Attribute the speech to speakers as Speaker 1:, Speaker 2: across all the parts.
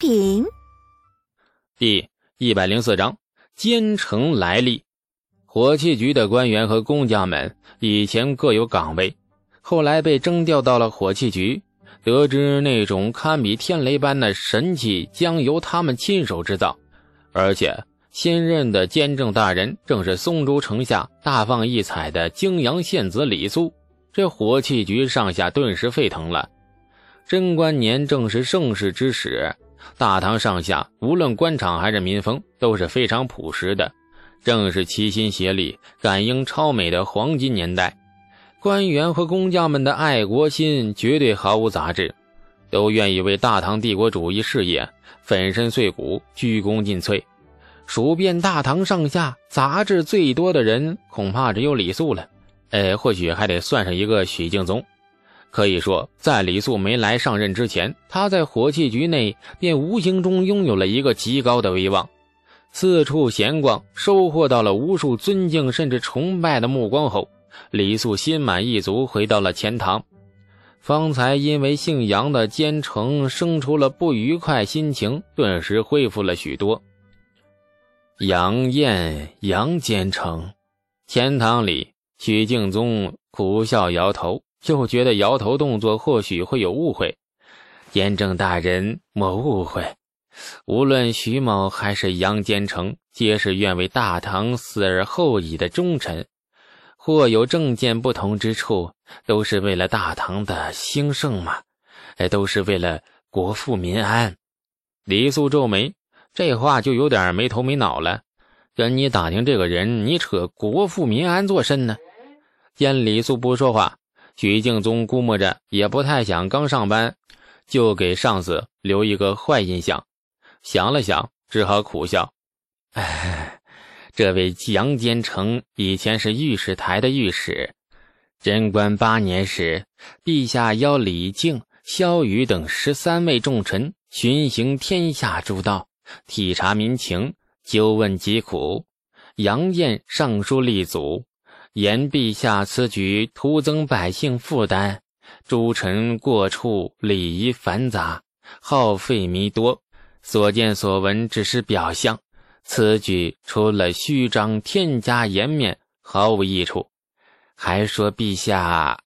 Speaker 1: 品。
Speaker 2: 第104章奸臣来历。火器局的官员和工匠们以前各有岗位，后来被征调到了火器局，得知那种堪比天雷般的神器将由他们亲手制造，而且新任的监正大人正是松州城下大放异彩的泾阳县子李肃，这火器局上下顿时沸腾了。贞观年正是盛世之时，大唐上下无论官场还是民风都是非常朴实的，正是齐心协力感应超美的黄金年代。官员和工匠们的爱国心绝对毫无杂质，都愿意为大唐帝国主义事业粉身碎骨，鞠躬尽瘁。数遍大唐上下杂质最多的人恐怕只有李肃了，或许还得算上一个许敬宗。可以说在李肃没来上任之前，他在火器局内便无形中拥有了一个极高的威望，四处闲逛，收获到了无数尊敬甚至崇拜的目光后，李肃心满意足回到了钱塘。方才因为姓杨的奸臣生出了不愉快心情顿时恢复了许多。杨艳，杨奸臣。钱塘里，许敬宗苦笑摇头，又觉得摇头动作或许会有误会。监正大人莫误会，无论徐某还是杨奸臣，皆是愿为大唐死而后已的忠臣，或有政见不同之处，都是为了大唐的兴盛嘛，都是为了国富民安。李肃皱眉，这话就有点没头没脑了，跟你打听这个人，你扯国富民安做甚呢？见李肃不说话，许敬宗估摸着也不太想刚上班就给上司留一个坏印象，想了想只好苦笑，这位杨奸臣以前是御史台的御史，贞观8年时，陛下邀李靖、萧瑀等13位重臣巡行天下诸道，体察民情，究问疾苦。杨艳上书立祖，言陛下此举徒增百姓负担，诸臣过处，礼仪繁杂，耗费弥多，所见所闻只是表象，此举除了虚张添加颜面，毫无益处。还说陛下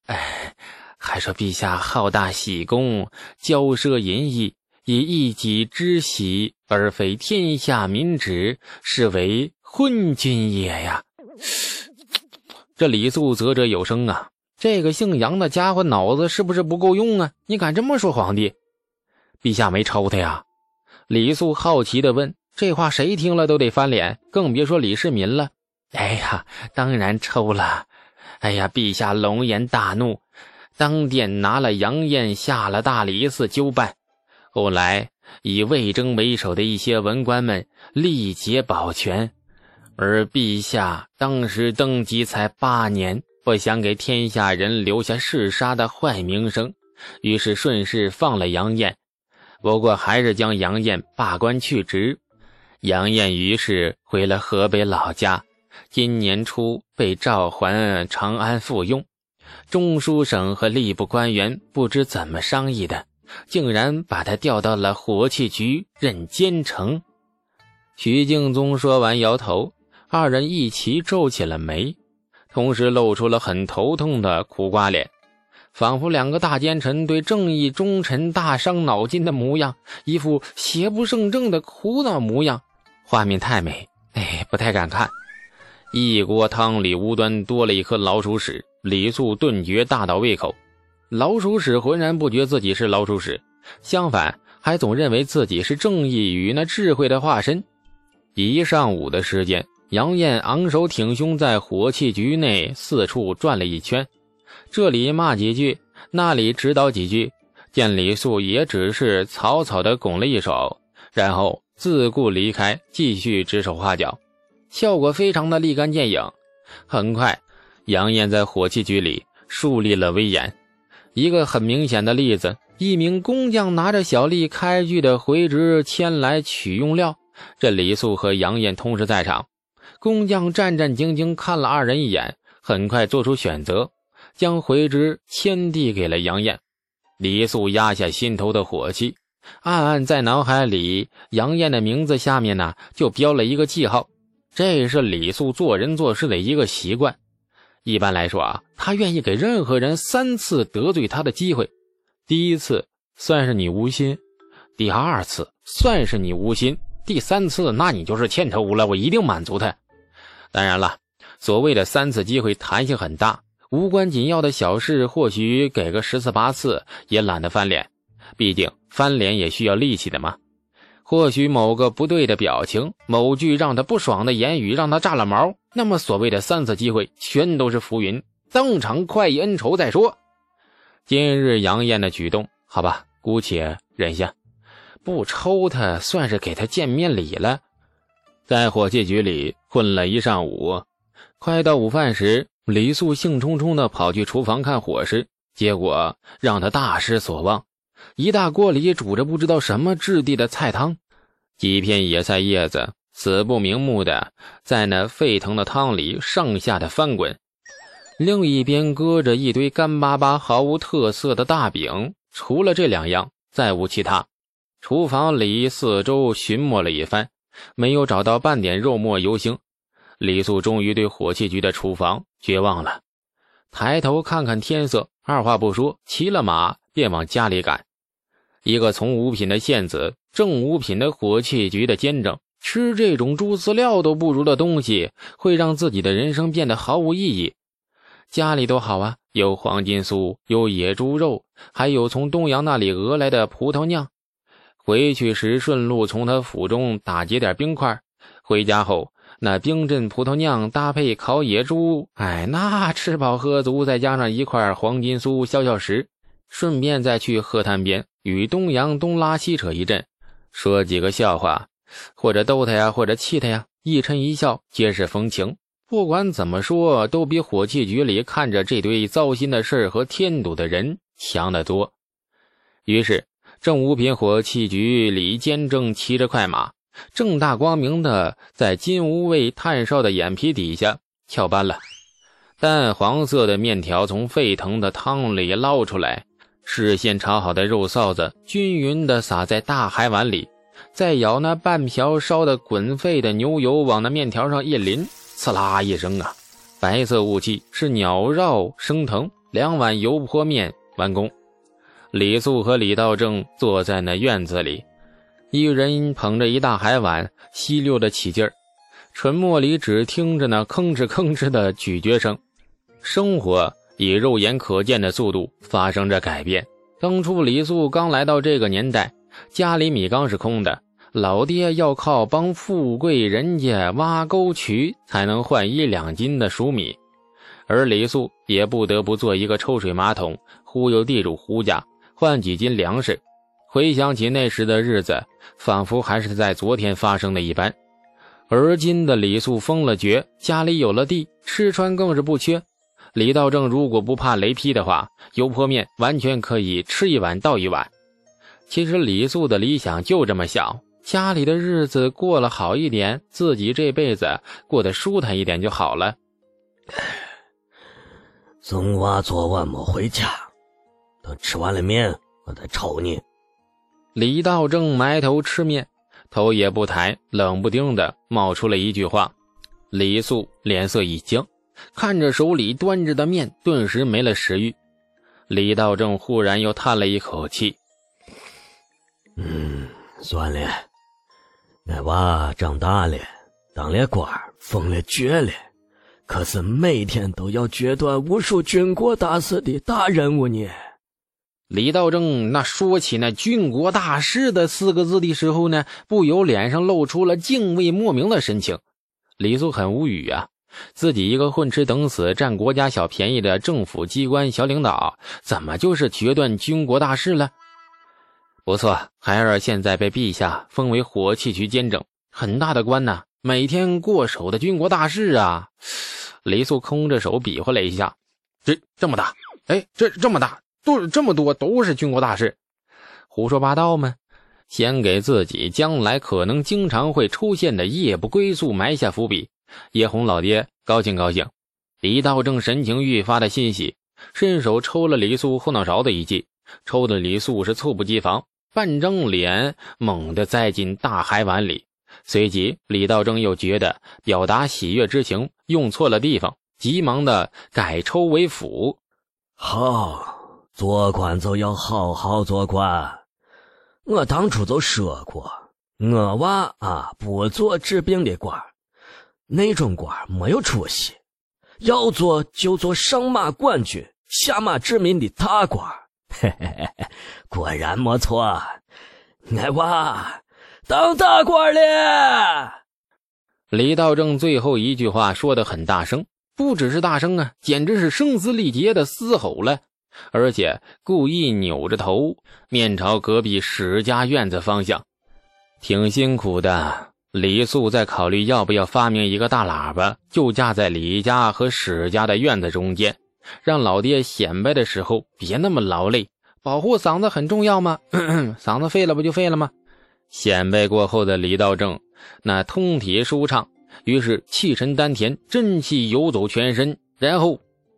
Speaker 2: 好大喜功，骄奢淫逸，以一己之喜而非天下民旨，是为昏君也呀。这李肃啧啧有声啊，这个姓杨的家伙脑子是不是不够用啊？你敢这么说皇帝？陛下没抽他呀？李肃好奇地问，这话谁听了都得翻脸，更别说李世民了。当然抽了。陛下龙颜大怒，当殿拿了杨艳下了大理寺纠办。后来以魏征为首的一些文官们力竭保全，而陛下当时登基才8年，不想给天下人留下弑杀的坏名声，于是顺势放了杨艳，不过还是将杨艳罢官去职。杨艳于是回了河北老家，今年初被召还长安复用。中书省和吏部官员不知怎么商议的，竟然把他调到了火器局任监丞。许敬宗说完摇头，二人一齐皱起了眉，同时露出了很头痛的苦瓜脸，仿佛两个大奸臣对正义忠臣大伤脑筋的模样，一副邪不胜正的苦恼模样，画面太美，不太敢看。一锅汤里无端多了一颗老鼠屎，李肃顿觉大倒胃口。老鼠屎浑然不觉自己是老鼠屎，相反还总认为自己是正义与那智慧的化身。一上午的时间，杨艳昂首挺胸在火器局内四处转了一圈，这里骂几句，那里指导几句，见李肃也只是草草地拱了一手，然后自顾离开，继续指手画脚，效果非常的立竿见影。很快，杨艳在火器局里树立了威严。一个很明显的例子，一名工匠拿着小吏开具的回执前来取用料，这李肃和杨艳同时在场。工匠战战兢兢看了二人一眼，很快做出选择，将回执签递给了杨艳。李肃压下心头的火气， 暗暗在脑海里杨艳的名字下面呢就标了一个记号，这是李素做人做事的一个习惯。一般来说啊，他愿意给任何人3次得罪他的机会。第一次算是你无心，第二次算是你无心，第3次那你就是欠抽了，我一定满足他。当然了，所谓的3次机会弹性很大，无关紧要的小事或许给个10次8次也懒得翻脸，毕竟翻脸也需要力气的嘛。或许某个不对的表情，某句让他不爽的言语让他炸了毛，那么所谓的3次机会全都是浮云，当场快意恩仇再说。今日杨艳的举动，好吧，姑且忍下，不抽他算是给他见面礼了。在火器局里混了一上午，快到午饭时，李素兴冲冲地跑去厨房看伙食，结果让他大失所望。一大锅里煮着不知道什么质地的菜汤，几片野菜叶子死不瞑目的在那沸腾的汤里上下的翻滚，另一边搁着一堆干巴巴毫无特色的大饼，除了这2样再无其他。厨房里四周寻摸了一番，没有找到半点肉末油腥。李素终于对火器局的厨房绝望了，抬头看看天色，二话不说骑了马便往家里赶。一个从五品的县子，正五品的火器局的监正，吃这种猪饲料都不如的东西，会让自己的人生变得毫无意义。家里多好啊，有黄金酥，有野猪肉，还有从东阳那里讹来的葡萄酿。回去时顺路从他府中打劫点冰块，回家后那冰镇葡萄酿搭配烤野猪，那吃饱喝足，再加上一块黄金酥消消食，顺便再去河滩边与东阳东拉西扯一阵，说几个笑话，或者逗他呀，或者气他呀，一嗔一笑皆是风情。不管怎么说，都比火器局里看着这堆糟心的事和添堵的人强得多。于是正五品火器局里监正骑着快马，正大光明的在金无畏炭烧的眼皮底下翘班了。淡黄色的面条从沸腾的汤里捞出来，事先炒好的肉臊子均匀地撒在大海碗里，再舀那半瓢烧得滚沸的牛油往那面条上一淋，刺啦一声啊，白色雾气是鸟绕升腾，2碗油泼面完工。李素和李道正坐在那院子里，一人捧着一大海碗，吸溜得起劲儿，唇末里只听着那吭哧吭哧的咀嚼声。生活以肉眼可见的速度发生着改变。当初李素刚来到这个年代，家里米缸是空的，老爹要靠帮富贵人家挖沟渠才能换1、2斤的熟米，而李素也不得不做一个抽水马桶，忽悠地主胡家换几斤粮食。回想起那时的日子，仿佛还是在昨天发生的一般。而今的李素疯了绝，家里有了地，吃穿更是不缺。李道正如果不怕雷劈的话，油泼面完全可以吃一碗倒一碗。其实李素的理想就这么小，家里的日子过了好一点，自己这辈子过得舒坦一点就好了。
Speaker 1: 总娃昨晚没回家，等吃完了面我再瞅你。
Speaker 2: 李道正埋头吃面，头也不抬，冷不丁的冒出了一句话。李素脸色一僵，看着手里端着的面，顿时没了食欲。李道正忽然又叹了一口气，
Speaker 1: 算了，俺娃长大了，当了官，封了爵了，可是每天都要决断无数军国大事的大任务呢。
Speaker 2: 李道正那说起那军国大事的4个字的时候呢，不由脸上露出了敬畏莫名的神情。李素很无语啊，自己一个混吃等死占国家小便宜的政府机关小领导，怎么就是决断军国大事了？不错，孩儿现在被陛下封为火器局监正，很大的官呐，每天过手的军国大事啊。李素空着手比划了一下，这么大，这么大，都这么多，都是军国大事，胡说八道吗？先给自己将来可能经常会出现的夜不归宿埋下伏笔。叶红老爹高兴高兴。李道正神情愈发的欣喜，伸手抽了李素后脑勺的一记，抽的李素是猝不及防， 半张脸猛地栽进大海碗里。随即李道正又觉得表达喜悦之情用错了地方，急忙的改抽为抚。
Speaker 1: 好，做官就要好好做官。我当初就说过，我娃不做治病的官，那种官没有出息，要做就做上马冠军下马治民的大官。嘿嘿嘿，果然没错，我娃当大官了。
Speaker 2: 李道正最后一句话说得很大声，不只是大声啊，简直是声嘶力竭的嘶吼了，而且故意扭着头面朝隔壁史家院子方向。挺辛苦的，李素在考虑要不要发明一个大喇叭，就架在李家和史家的院子中间，让老爹显摆的时候别那么劳累，保护嗓子很重要吗？嗓子废了不就废了吗？显摆过后的李道正那通体舒畅，于是气沉丹田，真气游走全身，然后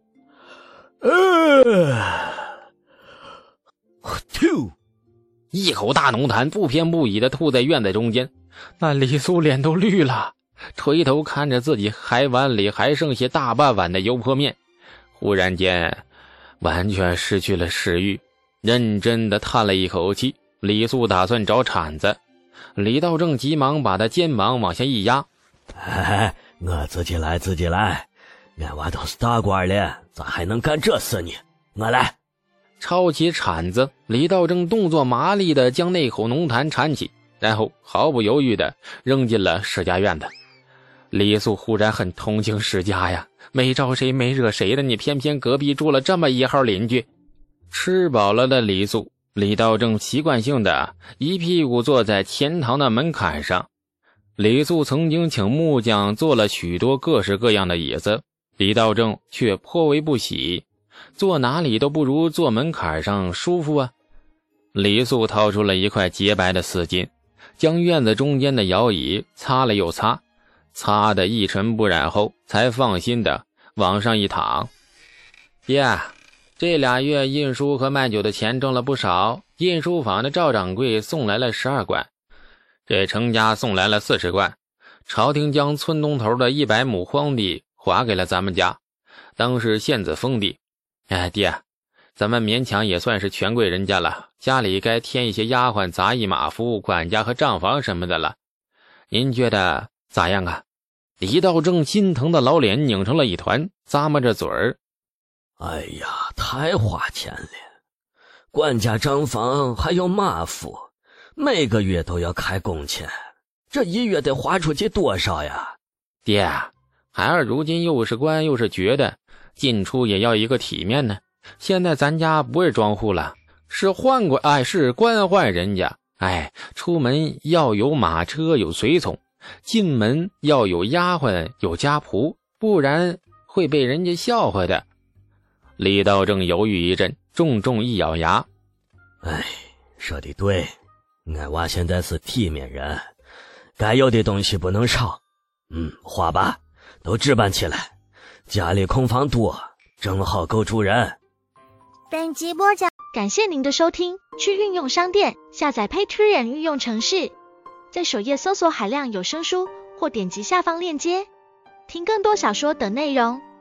Speaker 1: 吐
Speaker 2: 一口大浓痰不偏不倚地吐在院子中间。那李素脸都绿了，垂头看着自己海碗里还剩下大半碗的油泼面，忽然间完全失去了食欲，认真地叹了一口气。李素打算找铲子，李道正急忙把他肩膀往下一压。
Speaker 1: 我自己来，俺娃都是大官了，咋还能干这事呢？我来。
Speaker 2: 抄起铲子，李道正动作麻利地将那口浓痰铲起，然后毫不犹豫地扔进了史家院子。李素忽然很同情史家呀，没招谁没惹谁的，你偏偏隔壁住了这么一号邻居。吃饱了的李道正习惯性的一屁股坐在前堂的门槛上。李素曾经请木匠做了许多各式各样的椅子，李道正却颇为不喜，坐哪里都不如坐门槛上舒服啊。李素掏出了一块洁白的丝巾，将院子中间的摇椅擦了又擦，擦得一尘不染后，才放心的往上一躺。爹，这俩月印书和卖酒的钱挣了不少，印书坊的赵掌柜送来了12贯，这程家送来了40贯，朝廷将村东头的100亩荒地划给了咱们家，当是县子封地。爹，咱们勉强也算是权贵人家了，家里该添一些丫鬟、杂役、马夫、管家和账房什么的了，您觉得咋样啊？李道正心疼的老脸拧成了一团，咂摸着嘴儿。
Speaker 1: 哎呀，太花钱了，管家、账房还有马夫，每个月都要开工钱，这一月得花出去多少呀？
Speaker 2: 爹，孩儿如今又是官又是爵的，进出也要一个体面呢。现在咱家不是庄户了，是宦官，是官宦人家。出门要有马车有随从，进门要有丫鬟有家仆，不然会被人家笑话的。李道正犹豫一阵，重重一咬牙。
Speaker 1: 说的对，俺娃现在是体面人，该有的东西不能少。花吧，都置办起来，家里空房多，正好够住人。
Speaker 3: 本集播讲，
Speaker 4: 感谢您的收听。去运用商店下载 Patreon 运用程式，在首页搜索海量有声书，或点击下方链接听更多小说等内容。